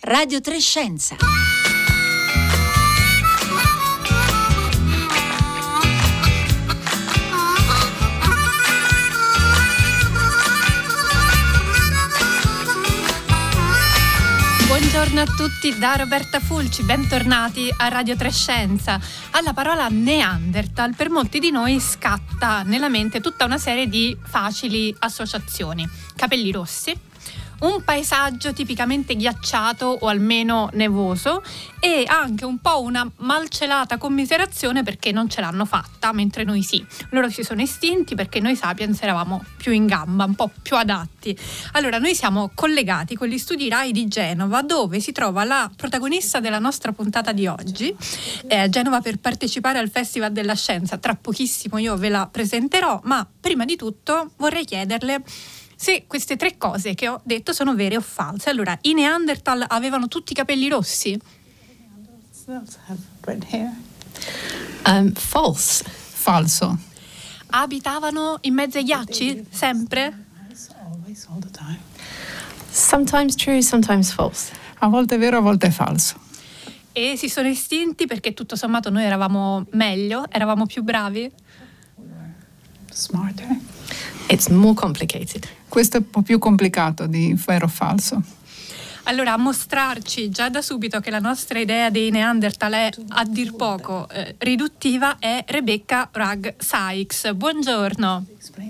Radio 3 Scienza. Buongiorno a tutti da Roberta Fulci, bentornati a Radio 3 Scienza. Alla parola Neanderthal per molti di noi scatta nella mente tutta una serie di facili associazioni. Capelli rossi, un paesaggio tipicamente ghiacciato o almeno nevoso e anche un po' una malcelata commiserazione perché non ce l'hanno fatta, mentre noi sì. Loro si sono estinti perché noi sapiens eravamo più in gamba, un po' più adatti. Allora noi siamo collegati con gli studi RAI di Genova, dove si trova la protagonista della nostra puntata di oggi. È a Genova per partecipare al Festival della Scienza. Tra pochissimo io ve la presenterò, ma prima di tutto vorrei chiederle se queste tre cose che ho detto sono vere o false. Allora, i Neanderthal avevano tutti i capelli rossi? False. Falso. Abitavano in mezzo ai ghiacci? Sempre? Sometimes true, sometimes false. A volte è vero, a volte è falso. E si sono estinti perché tutto sommato noi eravamo meglio, eravamo più bravi? Smarter. It's more complicated. Questo è un po' più complicato di vero o falso. Allora, a mostrarci già da subito che la nostra idea dei Neanderthal è a dir poco riduttiva è Rebecca Ragg-Sykes. Buongiorno.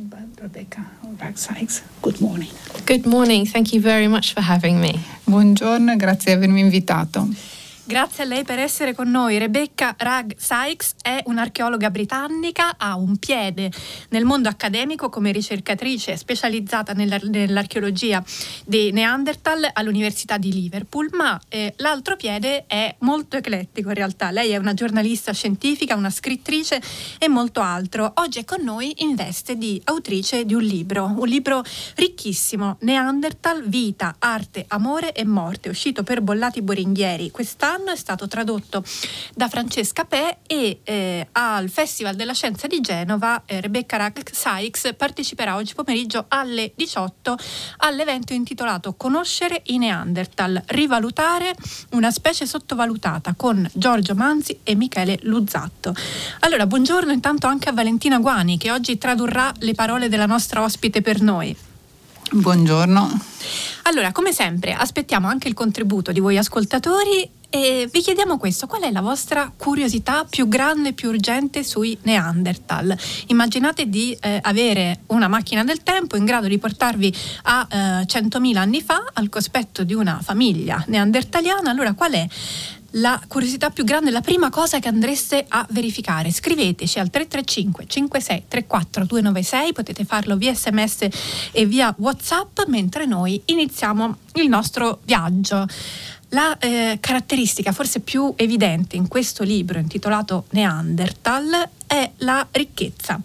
Good morning. Good morning. Thank you very much for having me. Buongiorno e grazie di avermi invitato. Grazie a lei per essere con noi. Rebecca Ragg-Sykes è un'archeologa britannica, ha un piede nel mondo accademico come ricercatrice specializzata nell'archeologia dei Neanderthal all'Università di Liverpool, ma l'altro piede è molto eclettico in realtà. Lei è una giornalista scientifica, una scrittrice e molto altro. Oggi è con noi in veste di autrice di un libro ricchissimo, Neanderthal, vita, arte, amore e morte, uscito per Bollati Boringhieri quest'anno. È stato tradotto da Francesca Pè e al Festival della Scienza di Genova Rebecca Ragg-Sykes parteciperà oggi pomeriggio alle 18 all'evento intitolato Conoscere i Neanderthal, rivalutare una specie sottovalutata con Giorgio Manzi e Michele Luzzatto. Allora, buongiorno intanto anche a Valentina Guani che oggi tradurrà le parole della nostra ospite per noi. Buongiorno. Allora, come sempre, aspettiamo anche il contributo di voi ascoltatori e vi chiediamo questo: qual è la vostra curiosità più grande e più urgente sui Neanderthal? Immaginate di avere una macchina del tempo in grado di portarvi a 100.000 anni fa al cospetto di una famiglia neandertaliana. Allora, qual è la curiosità più grande, la prima cosa che andreste a verificare? Scriveteci al 335 56 34 296, potete farlo via SMS e via WhatsApp mentre noi iniziamo il nostro viaggio. La caratteristica forse più evidente in questo libro intitolato Neanderthal è la ricchezza.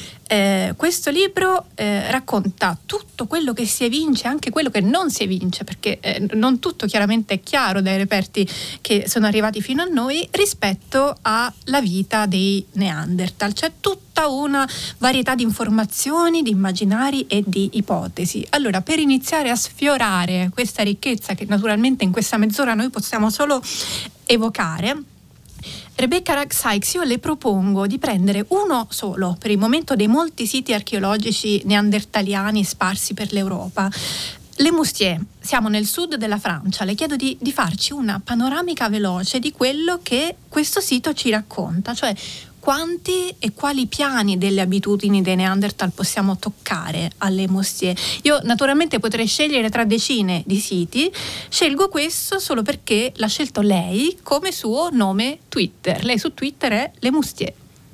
Questo libro racconta tutto quello che si evince, anche quello che non si evince, perché non tutto chiaramente è chiaro dai reperti che sono arrivati fino a noi rispetto alla vita dei Neanderthal. C'è tutta una varietà di informazioni, di immaginari e di ipotesi. Allora, per iniziare a sfiorare questa ricchezza che naturalmente in questa mezz'ora noi possiamo solo evocare, Rebecca Ragg-Sykes, io le propongo di prendere uno solo per il momento dei molti siti archeologici neandertaliani sparsi per l'Europa. Le Moustiers, siamo nel sud della Francia. Le chiedo di farci una panoramica veloce di quello che questo sito ci racconta, cioè quanti e quali piani delle abitudini dei Neanderthal possiamo toccare alle Moustiers. Io naturalmente potrei scegliere tra decine di siti, scelgo questo solo perché l'ha scelto lei come suo nome Twitter. Lei su Twitter è Le Moustiers.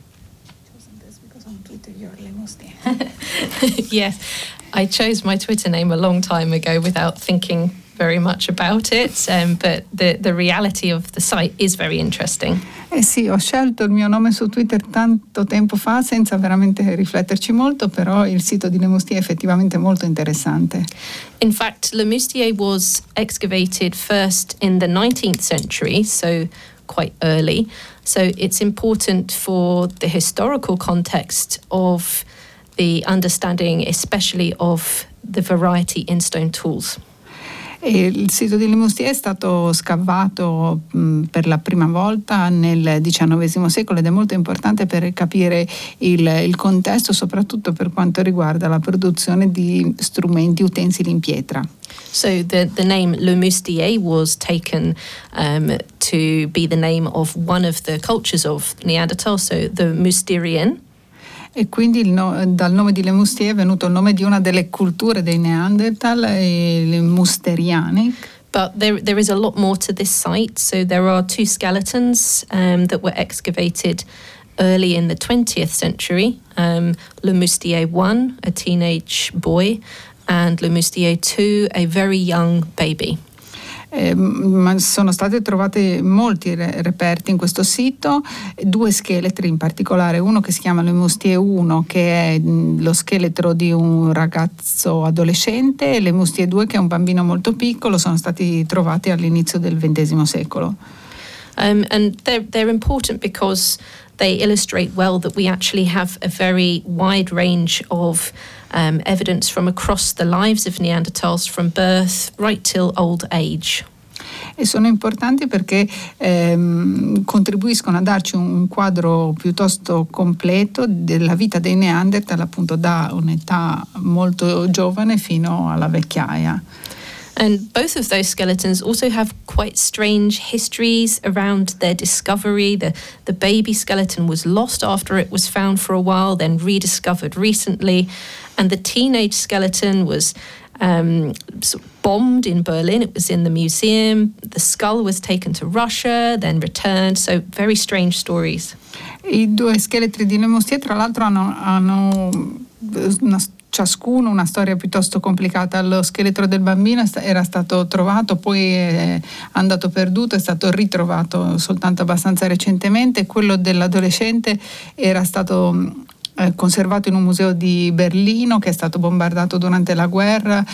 Yes, I chose my Twitter name a long time ago without thinking very much about it, but the reality of the site is very interesting. Sì, ho scelto il mio nome su Twitter tanto tempo fa senza veramente rifletterci molto, però il sito di Le Moustiers è effettivamente molto interessante. In fact, Le Moustiers was excavated first in the 19th century, so quite early. So it's important for the historical context of the understanding, especially of the variety in stone tools. E il sito di Le Moustiers è stato scavato per la prima volta nel XIX secolo ed è molto importante per capire il contesto, soprattutto per quanto riguarda la produzione di strumenti, utensili in pietra. So the name Le Moustier was taken to be the name of one of the cultures of Neanderthal, so the Mousterian. E quindi dal nome di Le Moustiers è venuto il nome di una delle culture dei Neanderthal, le Mousteriani. But there is a lot more to this site. So there are 2 skeletons that were excavated early in the 20th century. Le Moustier I, a teenage boy, and Le Moustier II, a very young baby. Ma sono state trovate molti reperti in questo sito, 2 scheletri in particolare, uno che si chiama Le Moustier 1 che è lo scheletro di un ragazzo adolescente e Le Moustier 2 che è un bambino molto piccolo, sono stati trovati all'inizio del XX secolo. And they're important because they illustrate well that we actually have a very wide range of evidence from across the lives of Neanderthals, from birth right till old age. E sono importanti perché contribuiscono a darci un quadro piuttosto completo della vita dei Neanderthal, appunto da un'età molto giovane fino alla vecchiaia. And both of those skeletons also have quite strange histories around their discovery. The baby skeleton was lost after it was found for a while, then rediscovered recently. And the teenage skeleton was bombed in Berlin. It was in the museum. The skull was taken to Russia, then returned. So very strange stories. I 2 scheletri di Le Moustiers, tra l'altro, hanno ciascuno una storia piuttosto complicata. Lo scheletro del bambino era stato trovato, poi è andato perduto, è stato ritrovato soltanto abbastanza recentemente. Quello dell'adolescente era stato conservato in un museo di Berlino che è stato bombardato durante la guerra.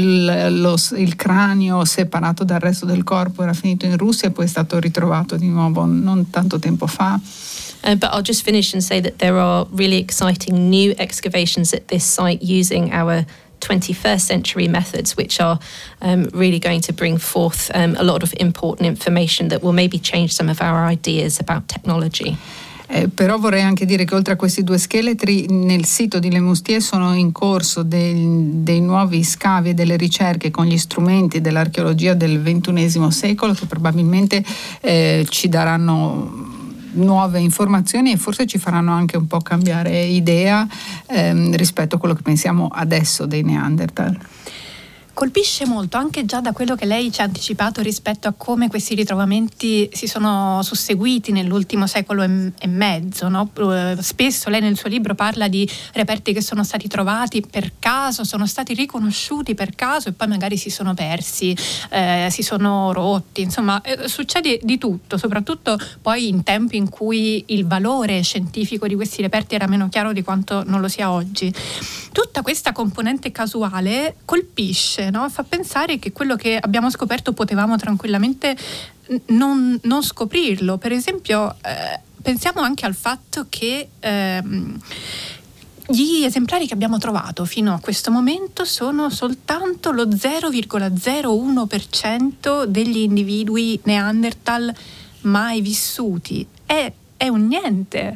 Il cranio separato dal resto del corpo era finito in Russia e poi è stato ritrovato di nuovo non tanto tempo fa. But I'll just finish and say that there are really exciting new excavations at this site using our 21st century methods, which are really going to bring forth a lot of important information that will maybe change some of our ideas about technology. Però vorrei anche dire che oltre a questi 2 scheletri nel sito di Le Moustiers sono in corso dei nuovi scavi e delle ricerche con gli strumenti dell'archeologia del XXI secolo che probabilmente ci daranno nuove informazioni e forse ci faranno anche un po' cambiare idea rispetto a quello che pensiamo adesso dei Neanderthal. Colpisce molto anche già da quello che lei ci ha anticipato rispetto a come questi ritrovamenti si sono susseguiti nell'ultimo secolo e mezzo, no? Spesso lei nel suo libro parla di reperti che sono stati trovati per caso, sono stati riconosciuti per caso e poi magari si sono persi, si sono rotti, insomma succede di tutto, soprattutto poi in tempi in cui il valore scientifico di questi reperti era meno chiaro di quanto non lo sia oggi. Tutta questa componente casuale colpisce, no? Fa pensare che quello che abbiamo scoperto potevamo tranquillamente non scoprirlo. Per esempio, pensiamo anche al fatto che gli esemplari che abbiamo trovato fino a questo momento sono soltanto lo 0,01% degli individui Neanderthal mai vissuti. È un niente.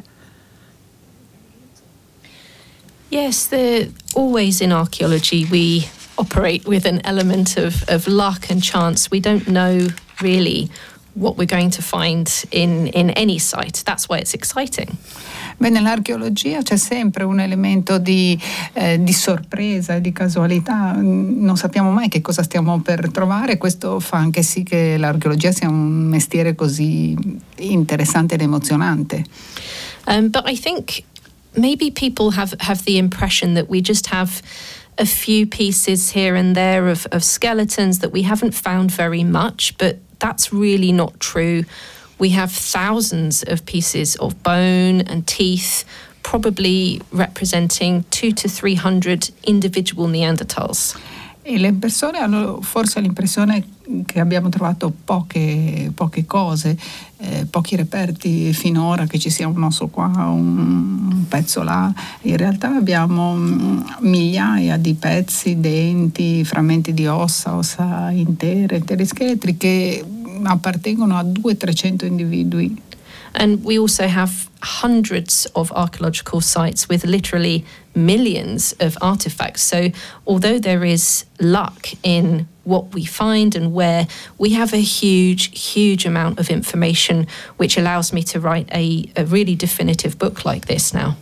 Yes, always in archaeology we operate with an element of luck and chance. We don't know really what we're going to find in any site. That's why it's exciting. Beh, nell'archeologia c'è sempre un elemento di sorpresa e di casualità. Non sappiamo mai che cosa stiamo per trovare. Questo fa anche sì che l'archeologia sia un mestiere così interessante ed emozionante. But I think maybe people have the impression that we just have a few pieces here and there of skeletons, that we haven't found very much, but that's really not true. We have thousands of pieces of bone and teeth, probably representing 200 to 300 individual Neanderthals. E le persone hanno forse l'impressione che abbiamo trovato poche cose, pochi reperti finora, che ci sia un osso qua, un pezzo là. In realtà abbiamo migliaia di pezzi, denti, frammenti di ossa intere, interi scheletri che appartengono a 200-300 individui. And we also have hundreds of archaeological sites with literally millions of artifacts. So although there is luck in what we find and where, we have a huge amount of information which allows me to write a really definitive book like this now.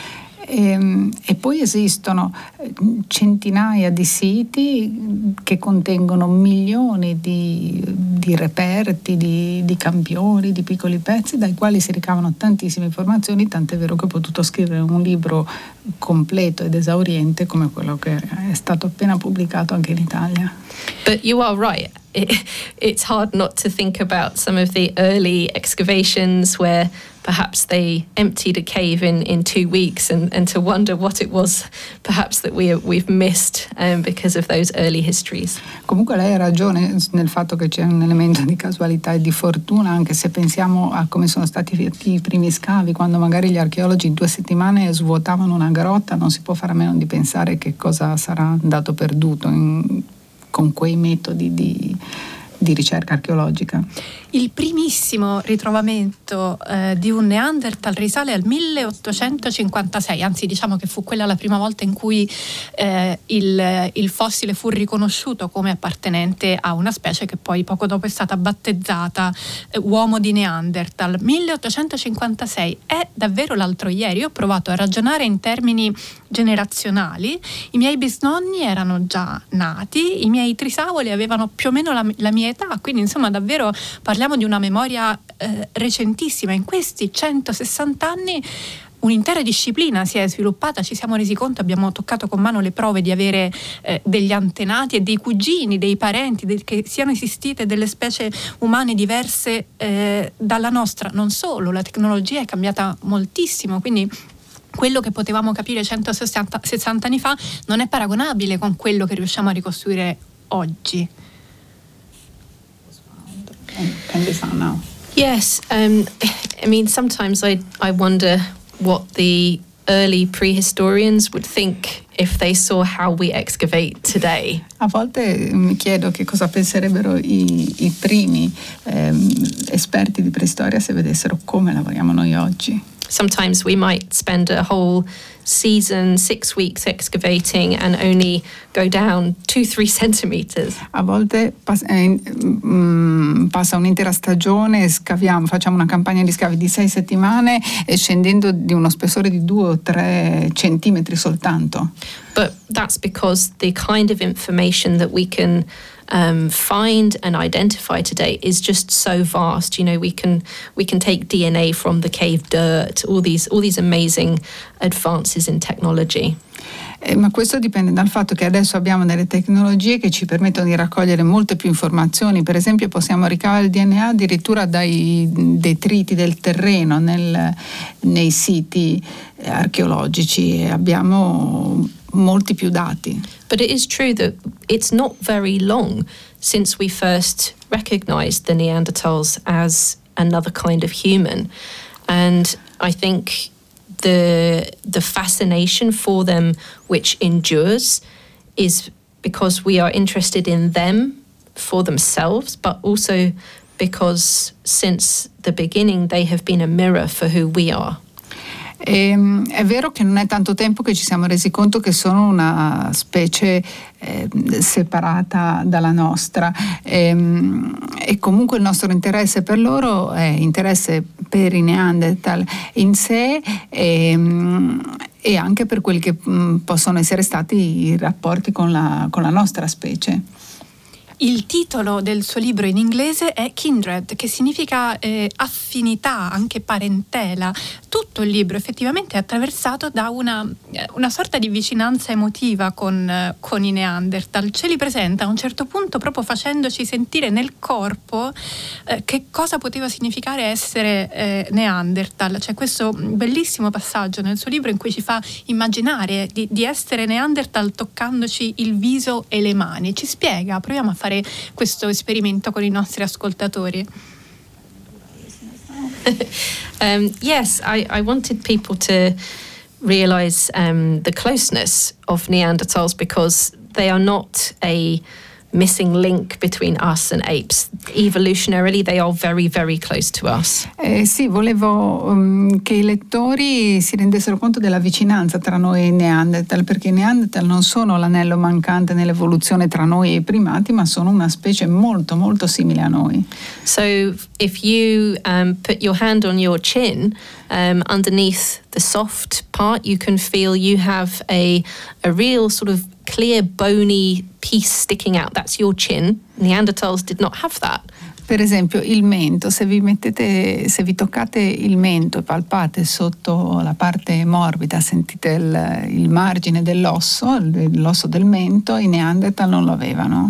E poi esistono centinaia di siti che contengono milioni di reperti, di campioni, di piccoli pezzi dai quali si ricavano tantissime informazioni, tant'è vero che ho potuto scrivere un libro completo ed esauriente come quello che è stato appena pubblicato anche in Italia. But you are right. It's hard not to think about some of the early excavations where perhaps they emptied a cave in 2 weeks and to wonder what it was perhaps that we've missed because of those early histories. Comunque lei ha ragione nel fatto che c'è un elemento di casualità e di fortuna, anche se pensiamo a come sono stati fatti i primi scavi, quando magari gli archeologi in 2 settimane svuotavano una grotta, non si può fare a meno di pensare che cosa sarà andato perduto con quei metodi di ricerca archeologica. Il primissimo ritrovamento di un Neanderthal risale al 1856, anzi diciamo che fu quella la prima volta in cui il fossile fu riconosciuto come appartenente a una specie che poi poco dopo è stata battezzata uomo di Neanderthal. 1856 è davvero l'altro ieri. Io ho provato a ragionare in termini generazionali. I miei bisnonni erano già nati, i miei trisavoli avevano più o meno la mia età, quindi insomma davvero parliamo di una memoria recentissima. In questi 160 anni un'intera disciplina si è sviluppata, ci siamo resi conto, abbiamo toccato con mano le prove di avere degli antenati e dei cugini, dei parenti, che siano esistite delle specie umane diverse dalla nostra. Non solo, la tecnologia è cambiata moltissimo, quindi quello che potevamo capire 160 anni fa non è paragonabile con quello che riusciamo a ricostruire oggi. Can be found now. Yes, I mean sometimes I wonder what the early prehistorians would think if they saw how we excavate today. A volte mi chiedo che cosa penserebbero i primi esperti di preistoria se vedessero come lavoriamo noi oggi. Sometimes we might spend a whole season, 6 weeks excavating and only go down 2-3 centimeters. A volte passa un'intera stagione, scaviamo, facciamo una campagna di scavi di 6 settimane e scendendo di uno spessore di 2 o 3 centimetri soltanto. But that's because the kind of information that we can find and identify today is just so vast. You know, we can take DNA from the cave dirt, all these amazing advances in technology. Ma questo dipende dal fatto che adesso abbiamo delle tecnologie che ci permettono di raccogliere molte più informazioni. Per esempio possiamo ricavare il DNA addirittura dai detriti del terreno nei siti archeologici e abbiamo molti più dati. But it is true that it's not very long since we first recognized the Neanderthals as another kind of human, and I think the fascination for them which endures is because we are interested in them for themselves, but also because since the beginning they have been a mirror for who we are. È vero che non è tanto tempo che ci siamo resi conto che sono una specie separata dalla nostra e comunque il nostro interesse per loro è interesse per i Neanderthal in sé e anche per quelli che possono essere stati i rapporti con la nostra specie. Il titolo del suo libro in inglese è Kindred, che significa affinità, anche parentela. Tutto il libro effettivamente è attraversato da una sorta di vicinanza emotiva con i Neanderthal. Ce li presenta a un certo punto proprio facendoci sentire nel corpo che cosa poteva significare essere Neanderthal. C'è questo bellissimo passaggio nel suo libro in cui ci fa immaginare di essere Neanderthal toccandoci il viso e le mani. Ci spiega, proviamo a fare questo esperimento con i nostri ascoltatori. Yes, I wanted people to realize the closeness of Neanderthals, because they are not a missing link between us and apes. Evolutionarily, they are very, very close to us. Sì, volevo che i lettori si rendessero conto della vicinanza tra noi e i Neanderthal, perché i Neanderthal non sono l'anello mancante nell'evoluzione tra noi e i primati, ma sono una specie molto, molto simile a noi. So if you put your hand on your chin, underneath the soft part, you can feel you have a real sort of clear bony piece sticking out. That's your chin. Neanderthals did not have that. Per esempio il mento, se vi toccate il mento e palpate sotto la parte morbida, sentite il margine dell'osso, l'osso del mento, i Neanderthal non lo avevano.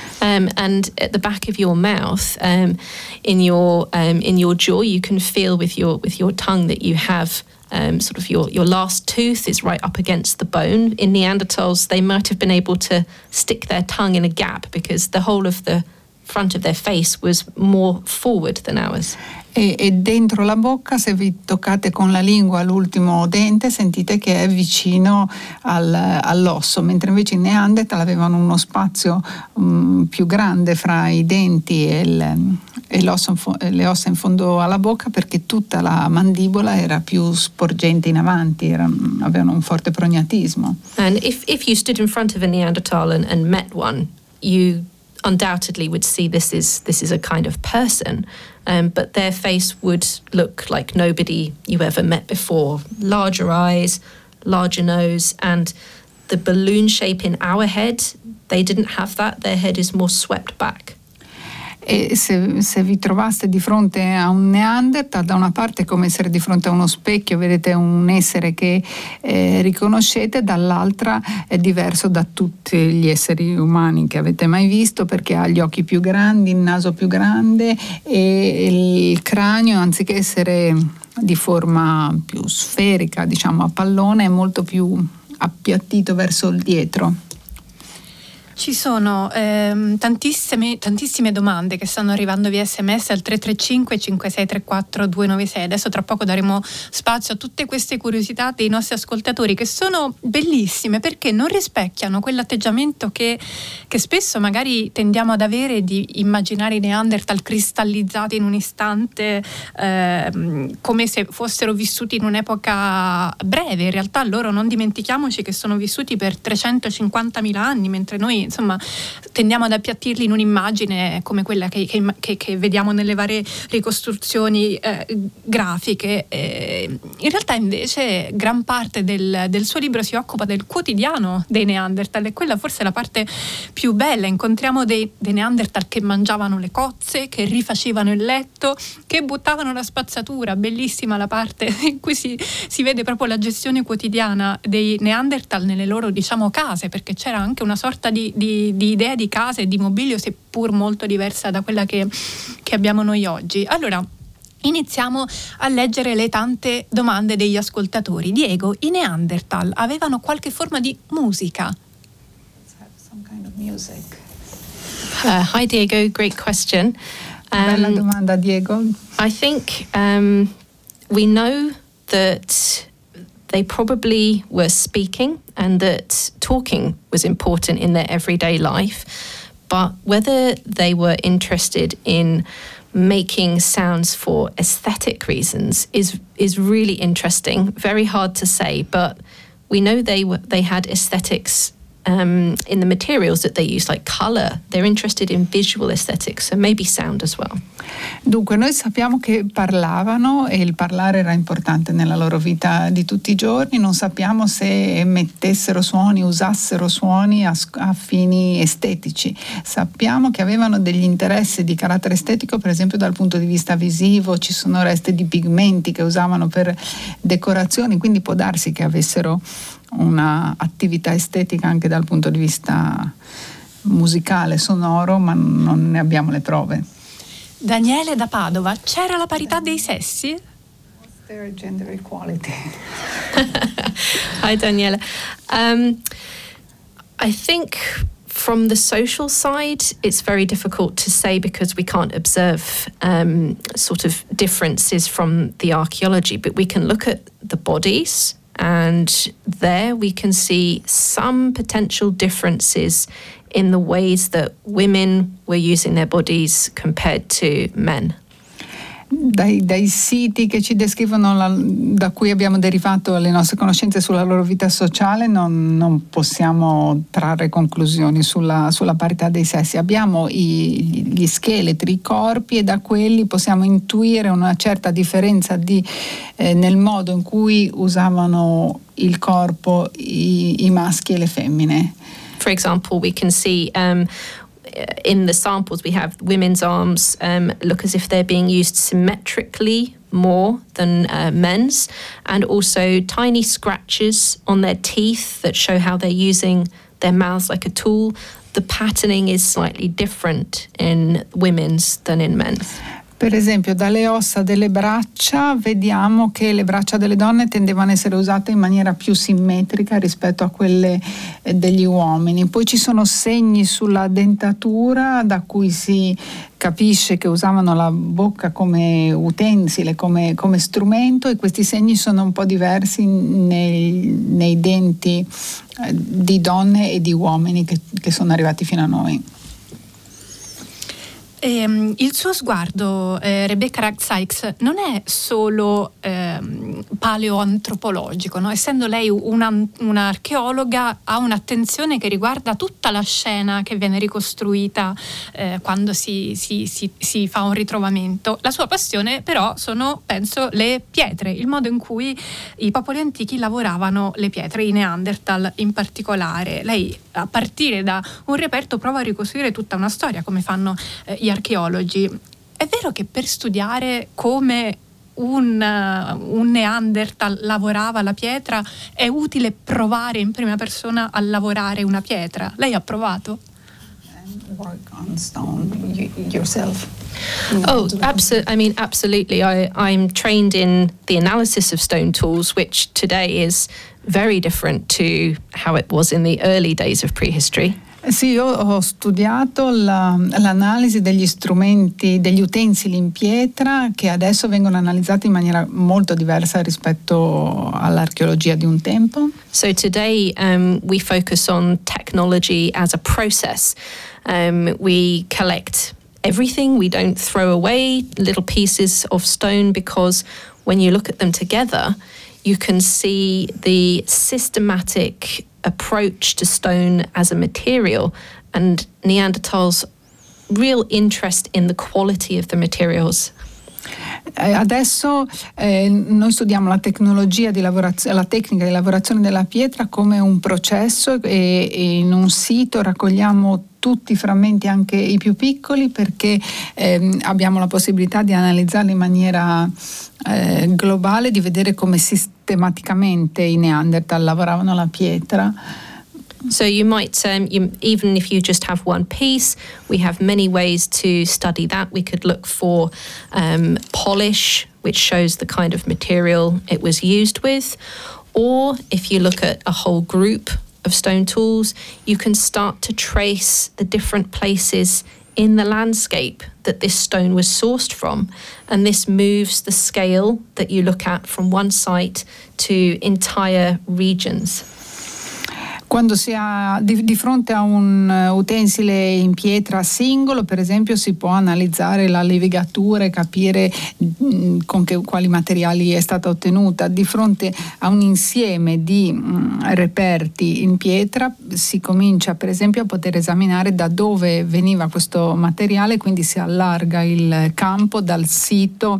And at the back of your mouth, in your jaw, you can feel with your tongue that you have sort of your last tooth is right up against the bone. In Neanderthals, they might have been able to stick their tongue in a gap because the whole of the front of their face was more forward than ours. E dentro la bocca, se vi toccate con la lingua l'ultimo dente, sentite che è vicino all'osso, mentre invece i Neanderthal avevano uno spazio più grande fra i denti e le ossa in fondo alla bocca, perché tutta la mandibola era più sporgente in avanti, avevano un forte prognatismo. And if you stood in front of a Neanderthal and met one, you undoubtedly would see this is a kind of person, but their face would look like nobody you ever met before. Larger eyes, larger nose, and the balloon shape in our head, they didn't have that. Their head is more swept back. E se vi trovaste di fronte a un Neanderthal, da una parte è come essere di fronte a uno specchio, vedete un essere che riconoscete, dall'altra è diverso da tutti gli esseri umani che avete mai visto, perché ha gli occhi più grandi, il naso più grande e il cranio, anziché essere di forma più sferica, diciamo a pallone, è molto più appiattito verso il dietro. Ci sono tantissime domande che stanno arrivando via SMS al 335 5634 296. Adesso tra poco daremo spazio a tutte queste curiosità dei nostri ascoltatori, che sono bellissime perché non rispecchiano quell'atteggiamento che spesso magari tendiamo ad avere, di immaginare i Neanderthal cristallizzati in un istante, come se fossero vissuti in un'epoca breve. In realtà loro, non dimentichiamoci che sono vissuti per 350.000 anni, mentre noi insomma tendiamo ad appiattirli in un'immagine come quella che vediamo nelle varie ricostruzioni grafiche. In realtà invece gran parte del suo libro si occupa del quotidiano dei Neanderthal, e quella forse è la parte più bella. Incontriamo dei Neanderthal che mangiavano le cozze, che rifacevano il letto, che buttavano la spazzatura. Bellissima la parte in cui si vede proprio la gestione quotidiana dei Neanderthal nelle loro, diciamo, case, perché c'era anche una sorta di idea di casa e di mobilio, seppur molto diversa da quella che abbiamo noi oggi. Allora, iniziamo a leggere le tante domande degli ascoltatori. Diego, i Neanderthal avevano qualche forma di musica? Some kind of music. Hi Diego, great question. Bella domanda, Diego. I think we know that they probably were speaking and that talking was important in their everyday life, but whether they were interested in making sounds for aesthetic reasons is really interesting. Very hard to say, but we know they had aesthetics in the materials that they use, like color. They're interested in visual aesthetics, so maybe sound as well. Dunque, noi sappiamo che parlavano e il parlare era importante nella loro vita di tutti i giorni. Non sappiamo se emettessero suoni, usassero suoni a fini estetici. Sappiamo che avevano degli interessi di carattere estetico, per esempio dal punto di vista visivo. Ci sono resti di pigmenti che usavano per decorazioni, quindi può darsi che avessero una attività estetica anche dal punto di vista musicale, sonoro, ma non ne abbiamo le prove. Daniele da Padova, c'era la parità dei sessi? Was there gender equality? Hi, Daniela. I think from the social side, it's very difficult to say because we can't observe sort of differences from the archaeology, but we can look at the bodies, and there we can see some potential differences in the ways that women were using their bodies compared to men. Dai siti che ci descrivono, da cui abbiamo derivato le nostre conoscenze sulla loro vita sociale, non possiamo trarre conclusioni sulla parità dei sessi. Abbiamo gli scheletri, i corpi, e da quelli possiamo intuire una certa differenza nel modo in cui usavano il corpo i maschi e le femmine. For example, we can see in the samples we have women's arms look as if they're being used symmetrically more than men's, and also tiny scratches on their teeth that show how they're using their mouths like a tool. The patterning is slightly different in women's than in men's. Per esempio, dalle ossa delle braccia vediamo che le braccia delle donne tendevano a essere usate in maniera più simmetrica rispetto a quelle degli uomini. Poi ci sono segni sulla dentatura da cui si capisce che usavano la bocca come utensile, come strumento, e questi segni sono un po' diversi nei denti di donne e di uomini che sono arrivati fino a noi. Il suo sguardo, Rebecca Ragg-Sykes, non è solo paleoantropologico, no? Essendo lei un'archeologa, ha un'attenzione che riguarda tutta la scena che viene ricostruita quando si fa un ritrovamento. La sua passione però sono, penso, le pietre, il modo in cui i popoli antichi lavoravano le pietre, i Neanderthal in particolare. Lei, a partire da un reperto, prova a ricostruire tutta una storia, come fanno gli archeologi. È vero che per studiare come un Neanderthal lavorava la pietra è utile provare in prima persona a lavorare una pietra? Lei ha provato? Work on stone yourself. Oh, absolutely. I mean, absolutely. I'm trained in the analysis of stone tools, which today is very different to how it was in the early days of prehistory. Sì, io ho studiato l'analisi degli strumenti, degli utensili in pietra, che adesso vengono analizzati in maniera molto diversa rispetto all'archeologia di un tempo. So today we focus on technology as a process. We collect everything. We don't throw away little pieces of stone, because when you look at them together, you can see the systematic approach to stone as a material, and Neanderthals' real interest in the quality of the materials. Adesso noi studiamo la tecnologia di lavorazione, la tecnica di lavorazione della pietra come un processo, e in un sito raccogliamo tutti i frammenti, anche i più piccoli, perché abbiamo la possibilità di analizzarli in maniera globale, di vedere come sistematicamente i Neanderthal lavoravano la pietra. So you might, even if you just have one piece, we have many ways to study that. We could look for polish, which shows the kind of material it was used with. Or if you look at a whole group of stone tools, you can start to trace the different places in the landscape that this stone was sourced from. And this moves the scale that you look at from one site to entire regions. Quando si ha di fronte a un utensile in pietra singolo, per esempio, si può analizzare la levigatura e capire quali materiali è stata ottenuta. Di fronte a un insieme di reperti in pietra si comincia per esempio a poter esaminare da dove veniva questo materiale, quindi si allarga il campo dal sito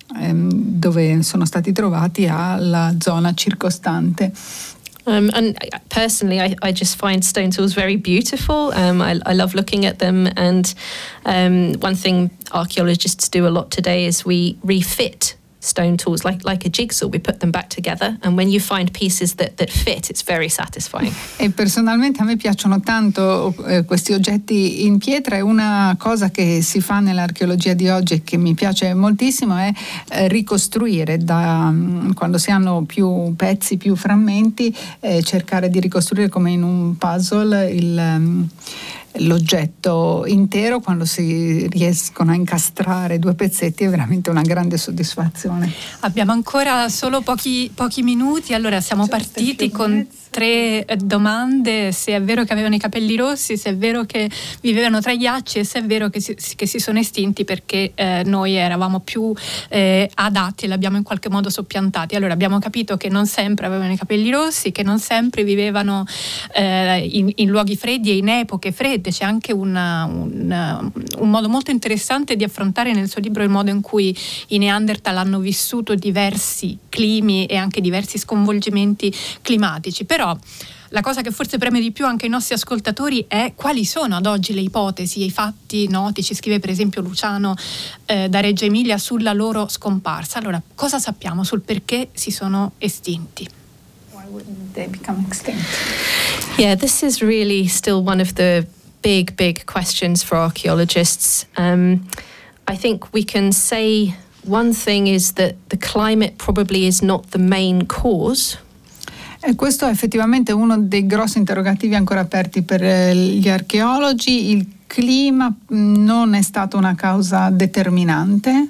dove sono stati trovati alla zona circostante. And personally, I just find stone tools very beautiful. I love looking at them, and one thing archaeologists do a lot today is we refit stone tools like a jigsaw. We put them back together, and when you find pieces that fit, it's very satisfying. E personalmente a me piacciono tanto questi oggetti in pietra, e una cosa che si fa nell'archeologia di oggi e che mi piace moltissimo è ricostruire quando si hanno più pezzi, più frammenti, cercare di ricostruire come in un puzzle l'oggetto intero. Quando si riescono a incastrare due pezzetti è veramente una grande soddisfazione. Abbiamo ancora solo pochi minuti, allora siamo partiti con 3 domande: se è vero che avevano i capelli rossi, se è vero che vivevano tra i ghiacci e se è vero che si sono estinti perché noi eravamo più adatti e li abbiamo in qualche modo soppiantati. Allora abbiamo capito che non sempre avevano i capelli rossi, che non sempre vivevano in luoghi freddi e in epoche fredde. C'è anche un modo molto interessante di affrontare nel suo libro il modo in cui i Neanderthal hanno vissuto diversi climi e anche diversi sconvolgimenti climatici. Però la cosa che forse preme di più anche ai nostri ascoltatori è quali sono ad oggi le ipotesi e i fatti noti. Ci scrive per esempio Luciano da Reggio Emilia sulla loro scomparsa. Allora, cosa sappiamo sul perché si sono estinti? Why wouldn't they become extinct? Yeah, this is really still one of the big questions for archaeologists. I think we can say one thing is that the climate probably is not the main cause. E questo è effettivamente uno dei grossi interrogativi ancora aperti per gli archeologi. Il clima non è stata una causa determinante.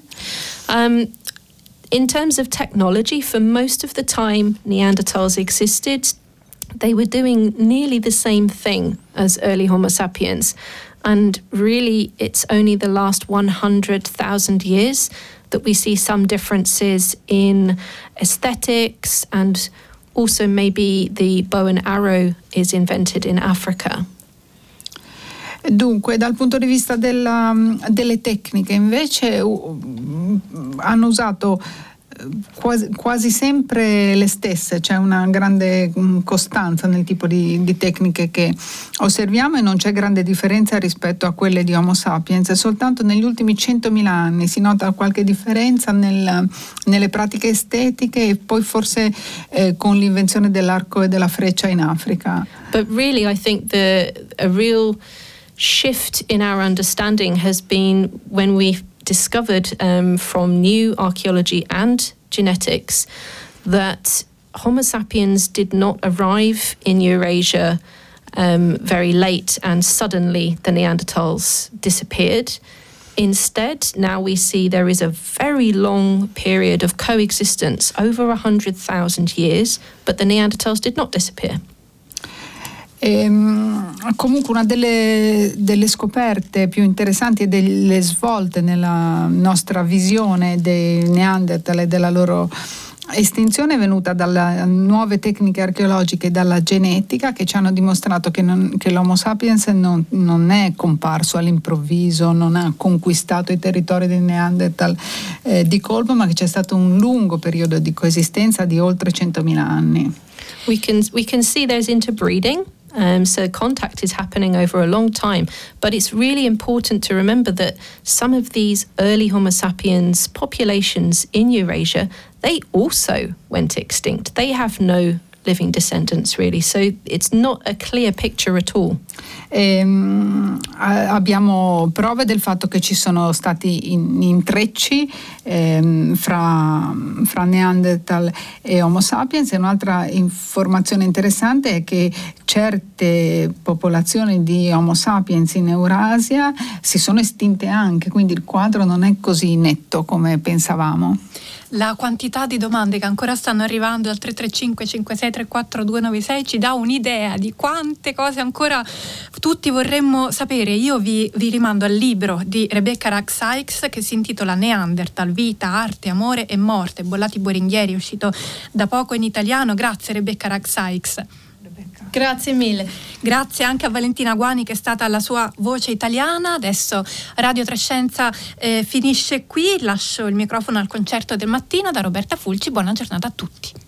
In terms of technology, for most of the time Neanderthals existed, they were doing nearly the same thing as early Homo sapiens. And really, it's only the last 100,000 years that we see some differences in aesthetics, and also maybe the bow and arrow is invented in Africa. Dunque, dal punto di vista delle tecniche, invece, hanno usato quasi sempre le stesse. C'è una grande costanza nel tipo di tecniche che osserviamo, e non c'è grande differenza rispetto a quelle di Homo sapiens. Soltanto negli ultimi 100.000 anni si nota qualche differenza nelle pratiche estetiche, e poi forse con l'invenzione dell'arco e della freccia in Africa. But really, I think a real shift in our understanding has been when we've discovered from new archaeology and genetics that Homo sapiens did not arrive in Eurasia very late and suddenly the Neanderthals disappeared. Instead, now we see there is a very long period of coexistence, over 100,000 years, but the Neanderthals did not disappear. Comunque una delle scoperte più interessanti e delle svolte nella nostra visione dei Neanderthal e della loro estinzione è venuta dalle nuove tecniche archeologiche e dalla genetica, che ci hanno dimostrato che l'Homo sapiens non è comparso all'improvviso, non ha conquistato i territori dei Neanderthal di colpo, ma che c'è stato un lungo periodo di coesistenza di oltre 100.000 anni. We can see there's interbreeding. So contact is happening over a long time, but it's really important to remember that some of these early Homo sapiens populations in Eurasia, they also went extinct. They have no living descendants really, so it's not a clear picture at all. Abbiamo prove del fatto che ci sono stati intrecci fra Neanderthal e Homo sapiens, e un'altra informazione interessante è che certe popolazioni di Homo sapiens in Eurasia si sono estinte anche, quindi il quadro non è così netto come pensavamo. La quantità di domande che ancora stanno arrivando al 335 5634 296 ci dà un'idea di quante cose ancora tutti vorremmo sapere. Io vi rimando al libro di Rebecca Rack-Sykes che si intitola Neanderthal, vita, arte, amore e morte, Bollati Boringhieri, uscito da poco in italiano. Grazie Rebecca Rack-Sykes. Grazie mille. Grazie anche a Valentina Guani che è stata la sua voce italiana. Adesso Radio Trescenza finisce qui, lascio il microfono al concerto del mattino da Roberta Fulci. Buona giornata a tutti.